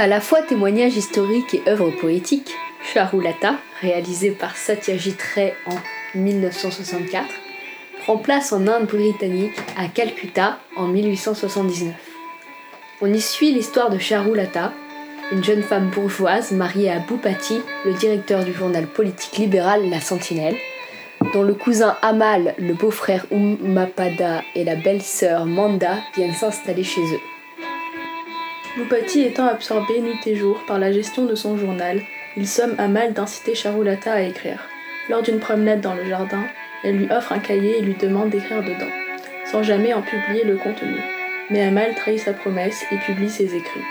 À la fois témoignage historique et œuvre poétique, Charulata, réalisé par Satyajit Ray en 1964, prend place en Inde britannique à Calcutta en 1879. On y suit l'histoire de Charulata, une jeune femme bourgeoise mariée à Bhupati, le directeur du journal politique libéral La Sentinelle, dont le cousin Amal, le beau-frère Umapada et la belle-sœur Manda viennent s'installer chez eux. Bhupati étant absorbé nuit et jour par la gestion de son journal, il somme Amal d'inciter Charulata à écrire. Lors d'une promenade dans le jardin, elle lui offre un cahier et lui demande d'écrire dedans, sans jamais en publier le contenu. Mais Amal trahit sa promesse et publie ses écrits.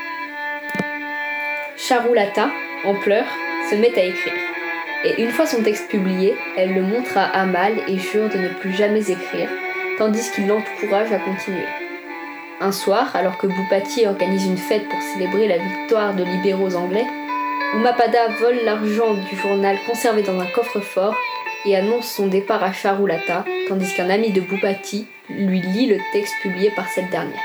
Charulata, en pleurs, se met à écrire. Et une fois son texte publié, elle le montre à Amal et jure de ne plus jamais écrire, tandis qu'il l'encourage à continuer. Un soir, alors que Bhupati organise une fête pour célébrer la victoire de libéraux anglais, Umapada vole l'argent du journal conservé dans un coffre-fort et annonce son départ à Charulata, tandis qu'un ami de Bhupati lui lit le texte publié par cette dernière.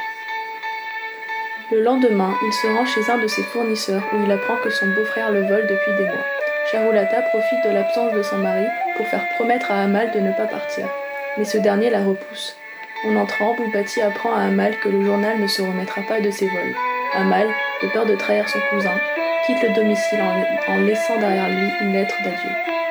Le lendemain, il se rend chez un de ses fournisseurs où il apprend que son beau-frère le vole depuis des mois. Charulata profite de l'absence de son mari pour faire promettre à Amal de ne pas partir, mais ce dernier la repousse. En entrant, Bhupati apprend à Amal que le journal ne se remettra pas de ses vols. Amal, de peur de trahir son cousin, quitte le domicile en laissant derrière lui une lettre d'adieu.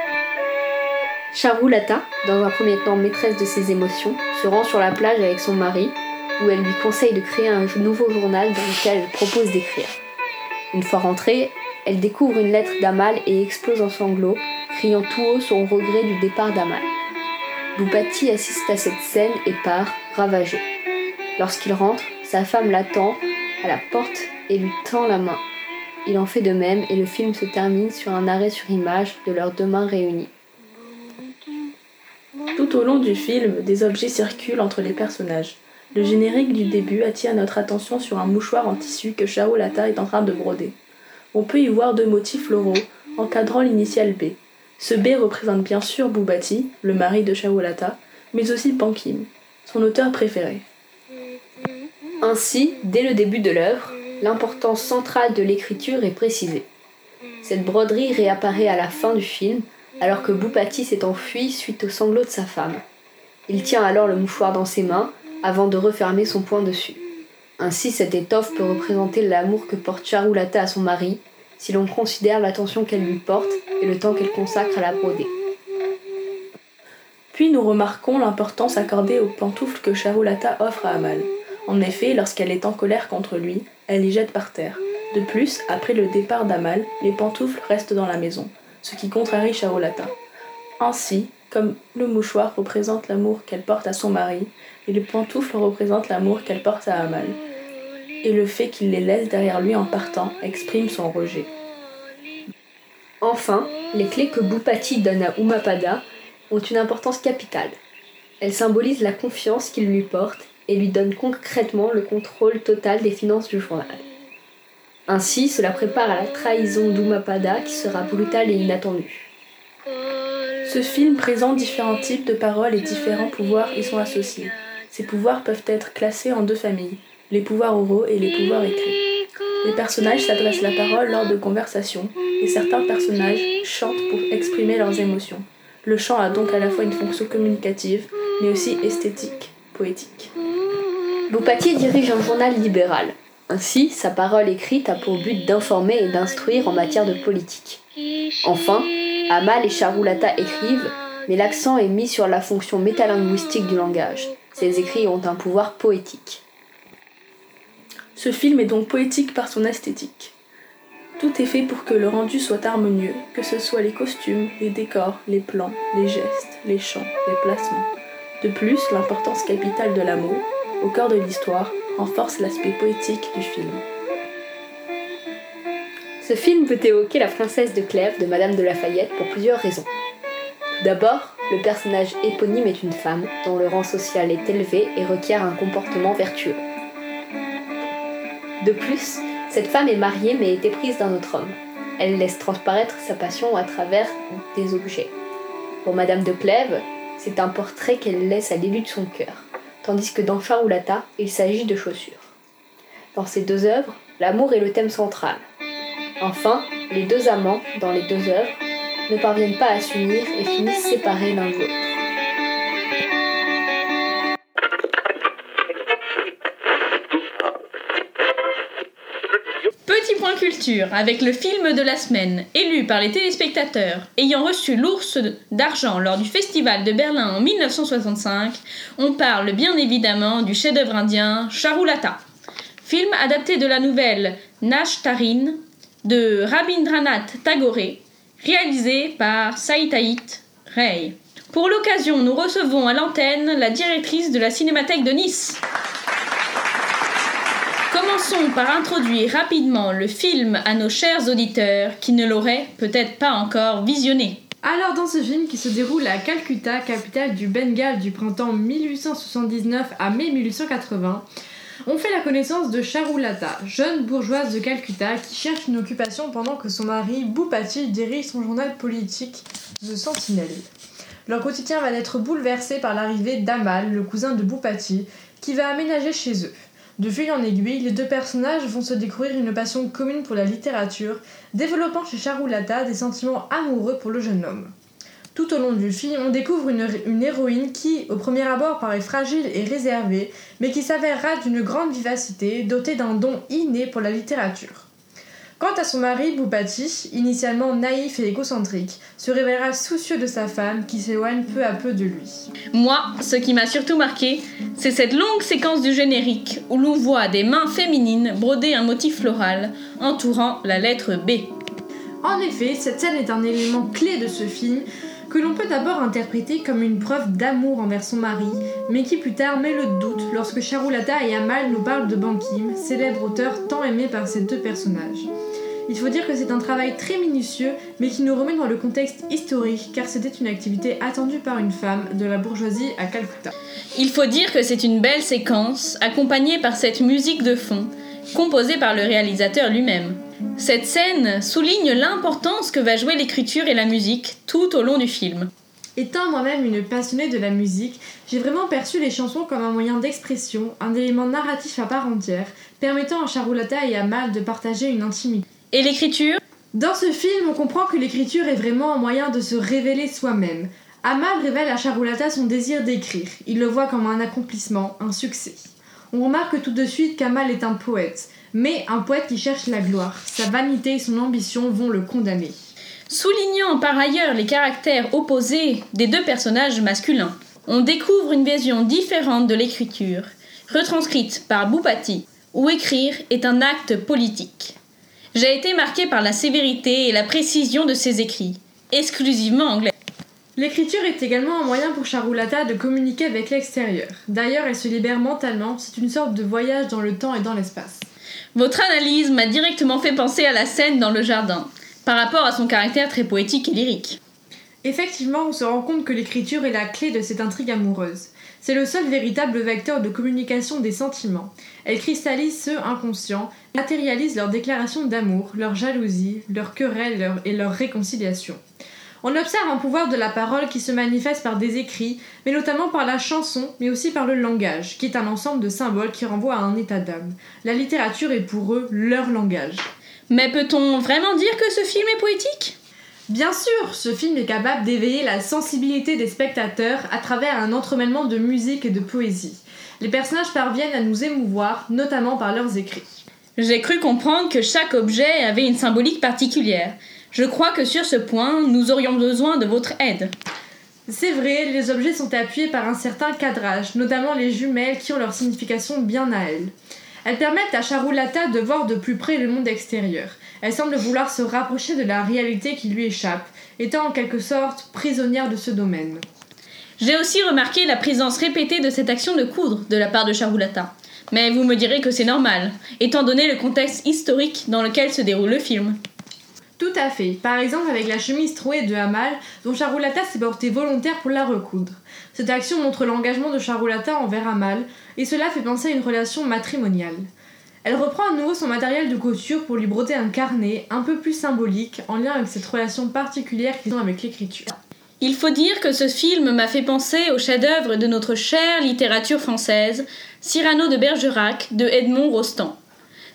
Charulata, dans un premier temps maîtresse de ses émotions, se rend sur la plage avec son mari, où elle lui conseille de créer un nouveau journal dans lequel elle propose d'écrire. Une fois rentrée, elle découvre une lettre d'Amal et explose en sanglots, criant tout haut son regret du départ d'Amal. Bhupati assiste à cette scène et part, ravagé. Lorsqu'il rentre, sa femme l'attend à la porte et lui tend la main. Il en fait de même et le film se termine sur un arrêt sur image de leurs deux mains réunies. Tout au long du film, des objets circulent entre les personnages. Le générique du début attire notre attention sur un mouchoir en tissu que Charulata est en train de broder. On peut y voir deux motifs floraux encadrant l'initiale B. Ce B représente bien sûr Bhupati, le mari de Charulata, mais aussi Bankim, son auteur préféré. Ainsi, dès le début de l'œuvre, l'importance centrale de l'écriture est précisée. Cette broderie réapparaît à la fin du film, alors que Bhupati s'est enfui suite aux sanglots de sa femme. Il tient alors le mouchoir dans ses mains, avant de refermer son poing dessus. Ainsi, cette étoffe peut représenter l'amour que porte Charulata à son mari, si l'on considère l'attention qu'elle lui porte et le temps qu'elle consacre à la broder. Puis nous remarquons l'importance accordée aux pantoufles que Charulata offre à Amal. En effet, lorsqu'elle est en colère contre lui, elle les jette par terre. De plus, après le départ d'Amal, les pantoufles restent dans la maison, ce qui contrarie Charulata. Ainsi, comme le mouchoir représente l'amour qu'elle porte à son mari, et les pantoufles représentent l'amour qu'elle porte à Amal. Et le fait qu'il les laisse derrière lui en partant exprime son rejet. Enfin, les clés que Bhupati donne à Umapada ont une importance capitale. Elles symbolisent la confiance qu'il lui porte et lui donnent concrètement le contrôle total des finances du journal. Ainsi, cela prépare à la trahison d'Umapada qui sera brutale et inattendue. Ce film présente différents types de paroles et différents pouvoirs y sont associés. Ces pouvoirs peuvent être classés en deux familles, les pouvoirs oraux et les pouvoirs écrits. Les personnages s'adressent la parole lors de conversations et certains personnages chantent pour exprimer leurs émotions. Le chant a donc à la fois une fonction communicative, mais aussi esthétique, poétique. Bhupati dirige un journal libéral. Ainsi, sa parole écrite a pour but d'informer et d'instruire en matière de politique. Enfin, Amal et Charulata écrivent, mais l'accent est mis sur la fonction métalinguistique du langage. Ces écrits ont un pouvoir poétique. Ce film est donc poétique par son esthétique. Tout est fait pour que le rendu soit harmonieux, que ce soit les costumes, les décors, les plans, les gestes, les chants, les placements. De plus, l'importance capitale de l'amour, au cœur de l'histoire, renforce l'aspect poétique du film. Ce film peut évoquer la princesse de Clèves de Madame de Lafayette pour plusieurs raisons. Tout d'abord, le personnage éponyme est une femme dont le rang social est élevé et requiert un comportement vertueux. De plus, cette femme est mariée mais est éprise d'un autre homme. Elle laisse transparaître sa passion à travers des objets. Pour Madame de Clèves, c'est un portrait qu'elle laisse à l'élu de son cœur, tandis que dans Charulata, il s'agit de chaussures. Dans ces deux œuvres, l'amour est le thème central. Enfin, les deux amants, dans les deux œuvres, ne parviennent pas à s'unir et finissent séparés l'un de l'autre. Petit point culture, avec le film de la semaine, élu par les téléspectateurs, ayant reçu l'Ours d'argent lors du Festival de Berlin en 1965, on parle bien évidemment du chef-d'œuvre indien Charulata. Film adapté de la nouvelle Nashtarin de Rabindranath Tagore, réalisé par Satyajit Ray. Pour l'occasion, nous recevons à l'antenne la directrice de la Cinémathèque de Nice. Commençons par introduire rapidement le film à nos chers auditeurs qui ne l'auraient peut-être pas encore visionné. Alors dans ce film qui se déroule à Calcutta, capitale du Bengale du printemps 1879 à mai 1880, on fait la connaissance de Charulata, jeune bourgeoise de Calcutta qui cherche une occupation pendant que son mari, Bhupati, dirige son journal politique The Sentinel. Leur quotidien va être bouleversé par l'arrivée d'Amal, le cousin de Bhupati, qui va aménager chez eux. De fil en aiguille, les deux personnages vont se découvrir une passion commune pour la littérature, développant chez Charulata des sentiments amoureux pour le jeune homme. Tout au long du film, on découvre une héroïne qui, au premier abord, paraît fragile et réservée, mais qui s'avérera d'une grande vivacité, dotée d'un don inné pour la littérature. Quant à son mari, Bhupati, initialement naïf et égocentrique, se révélera soucieux de sa femme qui s'éloigne peu à peu de lui. Moi, ce qui m'a surtout marqué, c'est cette longue séquence du générique où l'on voit des mains féminines broder un motif floral entourant la lettre B. En effet, cette scène est un élément clé de ce film que l'on peut d'abord interpréter comme une preuve d'amour envers son mari, mais qui plus tard met le doute lorsque Charulata et Amal nous parlent de Bankim, célèbre auteur tant aimé par ces deux personnages. Il faut dire que c'est un travail très minutieux, mais qui nous remet dans le contexte historique, car c'était une activité attendue par une femme de la bourgeoisie à Calcutta. Il faut dire que c'est une belle séquence, accompagnée par cette musique de fond, composée par le réalisateur lui-même. Cette scène souligne l'importance que va jouer l'écriture et la musique tout au long du film. Étant moi-même une passionnée de la musique, j'ai vraiment perçu les chansons comme un moyen d'expression, un élément narratif à part entière, permettant à Charulata et à Amal de partager une intimité. Et l'écriture ? Dans ce film, on comprend que l'écriture est vraiment un moyen de se révéler soi-même. Amal révèle à Charulata son désir d'écrire. Il le voit comme un accomplissement, un succès. On remarque tout de suite qu'Amal est un poète, mais un poète qui cherche la gloire. Sa vanité et son ambition vont le condamner. Soulignant par ailleurs les caractères opposés des deux personnages masculins, on découvre une vision différente de l'écriture, retranscrite par Bhupati, où écrire est un acte politique. J'ai été marquée par la sévérité et la précision de ses écrits, exclusivement anglais. L'écriture est également un moyen pour Charulata de communiquer avec l'extérieur. D'ailleurs, elle se libère mentalement, c'est une sorte de voyage dans le temps et dans l'espace. Votre analyse m'a directement fait penser à la scène dans le jardin, par rapport à son caractère très poétique et lyrique. Effectivement, on se rend compte que l'écriture est la clé de cette intrigue amoureuse. C'est le seul véritable vecteur de communication des sentiments. Elle cristallise ceux inconscients, matérialise leurs déclarations d'amour, leur jalousie, leurs querelles et leur réconciliation. On observe un pouvoir de la parole qui se manifeste par des écrits, mais notamment par la chanson, mais aussi par le langage, qui est un ensemble de symboles qui renvoient à un état d'âme. La littérature est pour eux leur langage. Mais peut-on vraiment dire que ce film est poétique ? Bien sûr, ce film est capable d'éveiller la sensibilité des spectateurs à travers un entremêlement de musique et de poésie. Les personnages parviennent à nous émouvoir, notamment par leurs écrits. J'ai cru comprendre que chaque objet avait une symbolique particulière. Je crois que sur ce point, nous aurions besoin de votre aide. C'est vrai, les objets sont appuyés par un certain cadrage, notamment les jumelles qui ont leur signification bien à elles. Elles permettent à Charulata de voir de plus près le monde extérieur. Elle semble vouloir se rapprocher de la réalité qui lui échappe, étant en quelque sorte prisonnière de ce domaine. J'ai aussi remarqué la présence répétée de cette action de coudre de la part de Charulata. Mais vous me direz que c'est normal, étant donné le contexte historique dans lequel se déroule le film. Tout à fait. Par exemple avec la chemise trouée de Amal, dont Charulata s'est portée volontaire pour la recoudre. Cette action montre l'engagement de Charulata envers Amal, et cela fait penser à une relation matrimoniale. Elle reprend à nouveau son matériel de couture pour lui broder un carnet un peu plus symbolique, en lien avec cette relation particulière qu'ils ont avec l'écriture. Il faut dire que ce film m'a fait penser au chef-d'œuvre de notre chère littérature française, Cyrano de Bergerac, de Edmond Rostand.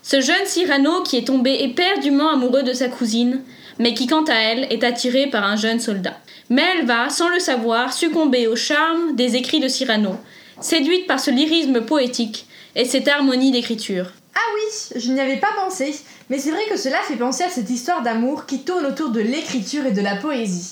Ce jeune Cyrano qui est tombé éperdument amoureux de sa cousine, mais qui quant à elle est attiré par un jeune soldat. Mais elle va, sans le savoir, succomber au charme des écrits de Cyrano, séduite par ce lyrisme poétique et cette harmonie d'écriture. Ah oui, je n'y avais pas pensé, mais c'est vrai que cela fait penser à cette histoire d'amour qui tourne autour de l'écriture et de la poésie.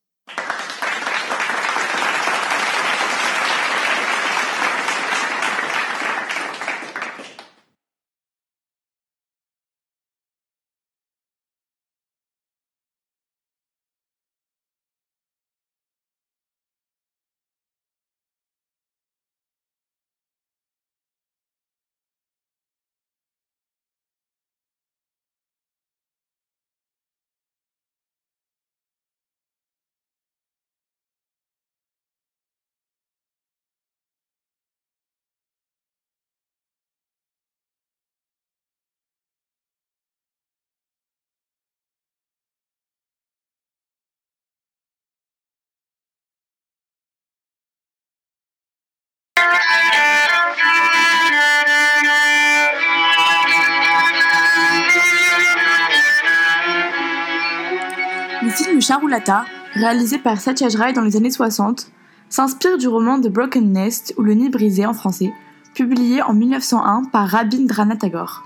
Le film Charulata, réalisé par Satyaj Ray dans les années 60, s'inspire du roman The Broken Nest ou Le Nid brisé en français, publié en 1901 par Rabindranath Tagore.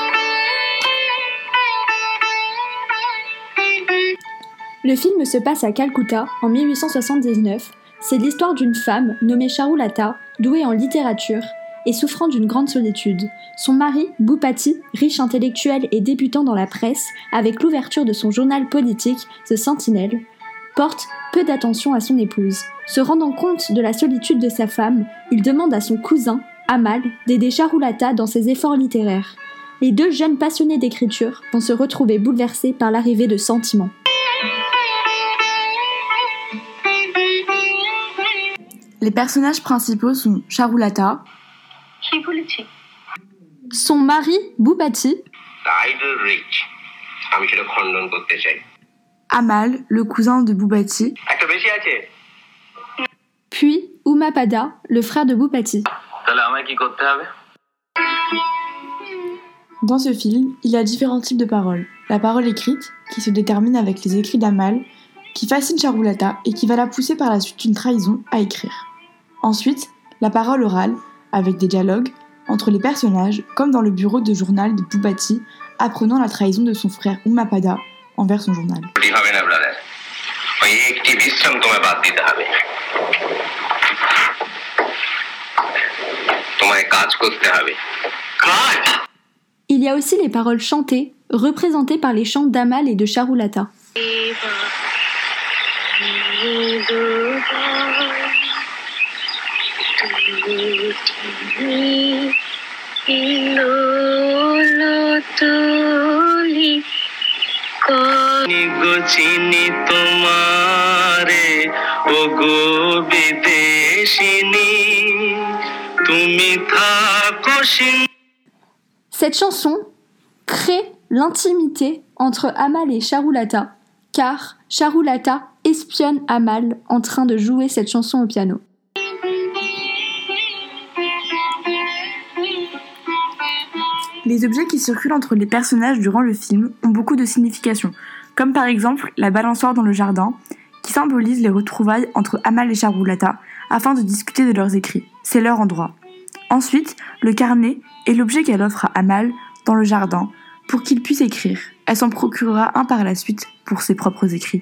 Le film se passe à Calcutta en 1879. C'est l'histoire d'une femme nommée Charulata, douée en littérature et souffrant d'une grande solitude. Son mari, Bhupati, riche intellectuel et débutant dans la presse, avec l'ouverture de son journal politique, The Sentinel, porte peu d'attention à son épouse. Se rendant compte de la solitude de sa femme, il demande à son cousin, Amal, d'aider Charulata dans ses efforts littéraires. Les deux jeunes passionnés d'écriture vont se retrouver bouleversés par l'arrivée de sentiments. Les personnages principaux sont Charulata, son mari, Bhupati, Amal, le cousin de Bhupati, puis Umapada, le frère de Bhupati. Dans ce film, il y a différents types de paroles. La parole écrite, qui se détermine avec les écrits d'Amal, qui fascine Charulata et qui va la pousser par la suite d'une trahison à écrire. Ensuite, la parole orale, avec des dialogues entre les personnages, comme dans le bureau de journal de Bhupati, apprenant la trahison de son frère Umapada envers son journal. Il y a aussi les paroles chantées, représentées par les chants d'Amal et de Charulata. Cette chanson crée l'intimité entre Amal et Charulata, car Charulata espionne Amal en train de jouer cette chanson au piano. Les objets qui circulent entre les personnages durant le film ont beaucoup de significations, comme par exemple la balançoire dans le jardin, qui symbolise les retrouvailles entre Amal et Charulata afin de discuter de leurs écrits. C'est leur endroit. Ensuite, le carnet est l'objet qu'elle offre à Amal dans le jardin pour qu'il puisse écrire. Elle s'en procurera un par la suite pour ses propres écrits.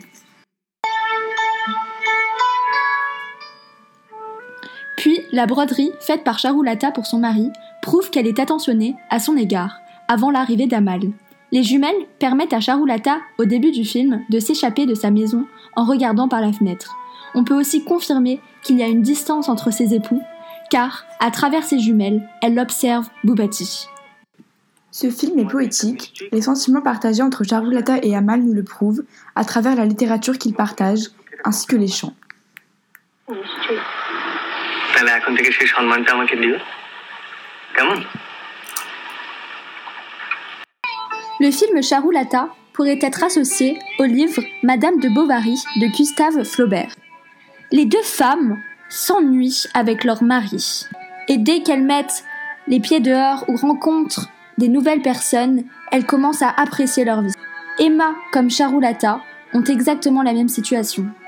Puis, la broderie faite par Charulata pour son mari prouve qu'elle est attentionnée à son égard, avant l'arrivée d'Amal. Les jumelles permettent à Charulata, au début du film, de s'échapper de sa maison en regardant par la fenêtre. On peut aussi confirmer qu'il y a une distance entre ses époux, car, à travers ses jumelles, elle observe Bhupati. Ce film est poétique, les sentiments partagés entre Charulata et Amal nous le prouvent, à travers la littérature qu'ils partagent, ainsi que les chants. Le film Charulata pourrait être associé au livre Madame de Bovary de Gustave Flaubert. Les deux femmes s'ennuient avec leur mari. Et dès qu'elles mettent les pieds dehors ou rencontrent des nouvelles personnes, elle commence à apprécier leur vie. Emma, comme Charulata, ont exactement la même situation.